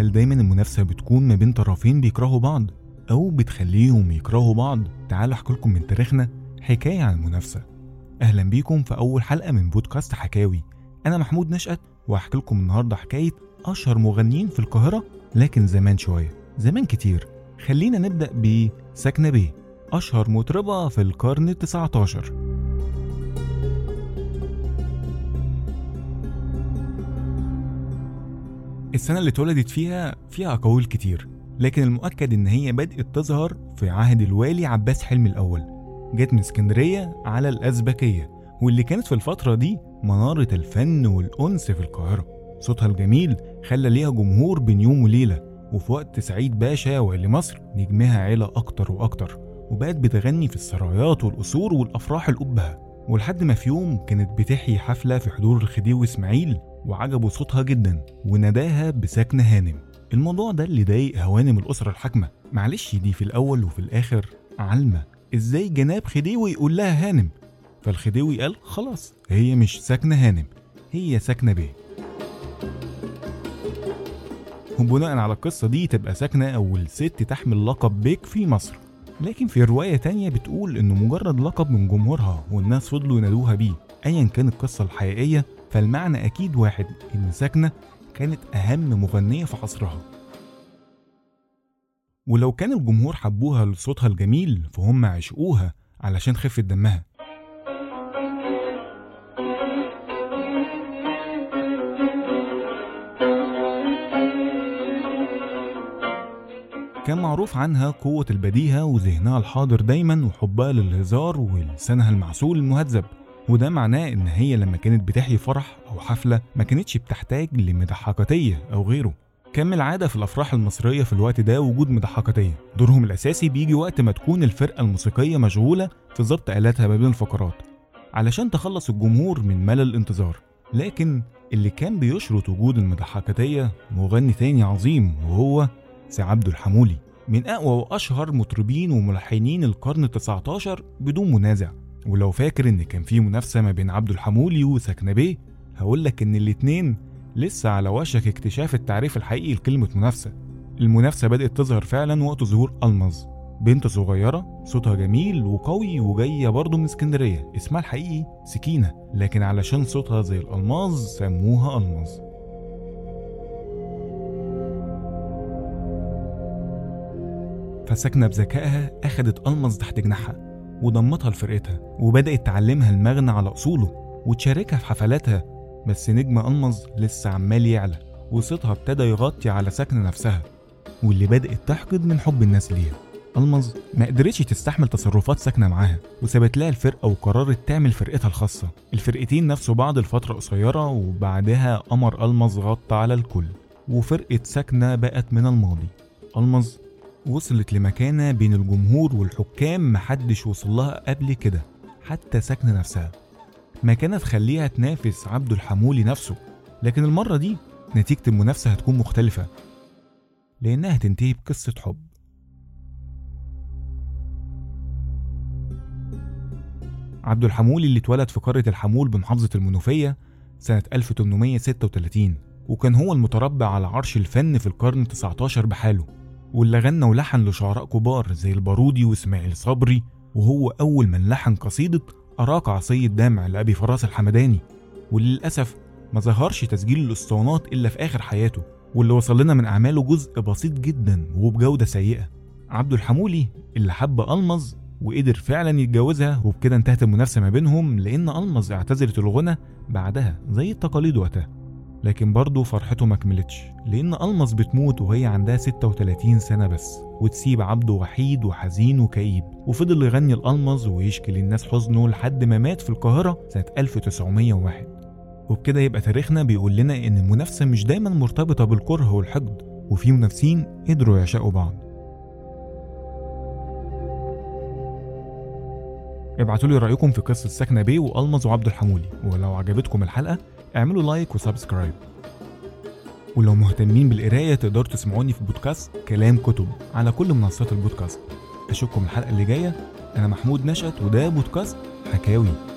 هل دايما المنافسة بتكون ما بين طرفين بيكرهوا بعض أو بتخليهم يكرهوا بعض؟ تعالوا أحكي لكم من تاريخنا حكاية عن المنافسة. أهلا بيكم في أول حلقة من بودكاست حكاوي. أنا محمود نشأت وهحكي لكم النهاردة حكاية أشهر مغنيين في القاهرة، لكن زمان شوية، زمان كتير. خلينا نبدأ بسكنة بيه، أشهر مطربة في القرن 19. السنة اللي اتولدت فيها أقاويل كتير، لكن المؤكد إن هي بدأت تظهر في عهد الوالي عباس حلمي الأول. جت من اسكندرية على الأزبكية، واللي كانت في الفترة دي منارة الفن والأنس في القاهرة. صوتها الجميل خلى ليها جمهور بين يوم وليلة، وفي وقت سعيد باشا والي مصر نجمها علا أكتر وأكتر، وبقت بتغني في السرايات والقصور والأفراح الأبهة. ولحد ما في يوم كانت بتحيي حفلة في حضور الخديوي إسماعيل، وعجبوا صوتها جدا وناداها بسكنة هانم. الموضوع ده اللي ضايق هوانم الأسرة الحاكمة. معلش، دي في الأول وفي الآخر علمة، إزاي جناب خديوي يقول لها هانم؟ فالخديوي قال خلاص، هي مش سكنة هانم، هي سكنة بيه. وبناء على القصة دي تبقى سكنة أول ست تحمل لقب بيك في مصر. لكن في رواية تانية بتقول إنه مجرد لقب من جمهورها والناس فضلوا ينادوها بيه. أيا كانت القصة الحقيقية، فالمعنى أكيد واحد، إن سكنة كانت أهم مغنية في عصرها. ولو كان الجمهور حبوها لصوتها الجميل، فهم عشقوها علشان خفة دمها. كان معروف عنها قوة البديهة وذهنها الحاضر دايما وحبها للهزار ولسانها المعسول المهذب. وده معناه ان هي لما كانت بتحيي فرح او حفلة ما كانتش بتحتاج لمضحكاتية او غيره. كان من العادة في الافراح المصرية في الوقت ده وجود مضحكاتية. دورهم الاساسي بيجي وقت ما تكون الفرقة الموسيقية مشغولة في ضبط آلاتها ما بين الفقرات علشان تخلص الجمهور من ملل الانتظار. لكن اللي كان بيشرط وجود المضحكاتية مغني تاني عظيم، وهو سي عبد الحمولي، من أقوى وأشهر مطربين وملحنين القرن 19 بدون منازع. ولو فاكر إن كان في منافسة ما بين عبد الحمولي وسكنة بيه، هقولك إن الاتنين لسه على وشك اكتشاف التعريف الحقيقي لكلمة منافسة. المنافسة بدأت تظهر فعلا وقت ظهور ألمظ، بنت صغيرة صوتها جميل وقوي وجاية برضه من اسكندرية. اسمها الحقيقي سكينة، لكن علشان صوتها زي الألماظ سموها ألمظ. فسكنة بذكائها أخدت ألمظ تحت جناحها وضمتها لفرقتها، وبدأت تعلمها المغنى على أصوله وتشاركها في حفلاتها. بس نجم ألمظ لسه عمال يعلى، وصوتها ابتدى يغطي على سكنة نفسها، واللي بدأت تحقد من حب الناس ليها. ألمظ ما قدرتش تستحمل تصرفات سكنة معاها، وسابت لها الفرقة وقررت تعمل فرقتها الخاصة. الفرقتين نفسوا بعض لفترة قصيرة، وبعدها قمر ألمظ غطى على الكل، وفرقة سكنة بقت من الماضي. ألمظ وصلت لمكانة بين الجمهور والحكام محدش وصلها قبل كده، حتى سكنة نفسها. مكانة تخليها تنافس عبد الحمولي نفسه. لكن المرة دي نتيجة المنافسة هتكون مختلفة، لأنها هتنتهي بقصة حب. عبد الحمولي اللي اتولد في قرية الحمول بمحافظة المنوفية سنة 1836، وكان هو المتربع على عرش الفن في القرن 19 بحاله، واللي غنى ولحن لشعراء كبار زي البارودي واسماعيل صبري. وهو أول من لحن قصيدة أراك عصي الدمع لأبي فراس الحمداني، واللي للأسف ما ظهرش تسجيل الأسطوانات إلا في آخر حياته، واللي وصل لنا من أعماله جزء بسيط جدا وبجودة سيئة. عبد الحمولي اللي حب ألمظ وقدر فعلا يتجوزها، وبكده انتهت المنافسة ما بينهم، لأن ألمظ اعتزلت الغنى بعدها زي التقاليد وقتها. لكن برضه فرحته ما كملتش، لأن ألمظ بتموت وهي عندها 36 سنة بس، وتسيب عبده وحيد وحزين وكئيب. وفضل يغني الألمظ ويشكي للناس حزنه لحد ما مات في القاهرة سنة 1901. وبكده يبقى تاريخنا بيقول لنا إن المنافسة مش دايما مرتبطة بالكره والحقد، وفي منافسين قدروا يعشقوا بعض. ابعتوا لي رأيكم في قصة سكنة بيه وألمظ وعبد الحمولي، ولو عجبتكم الحلقة اعملوا لايك وسبسكرايب. ولو مهتمين بالقراية تقدروا تسمعوني في بودكاست كلام كتب على كل منصات البودكاست. أشوفكم الحلقة اللي جاية. أنا محمود نشأت، وده بودكاست حكاوي.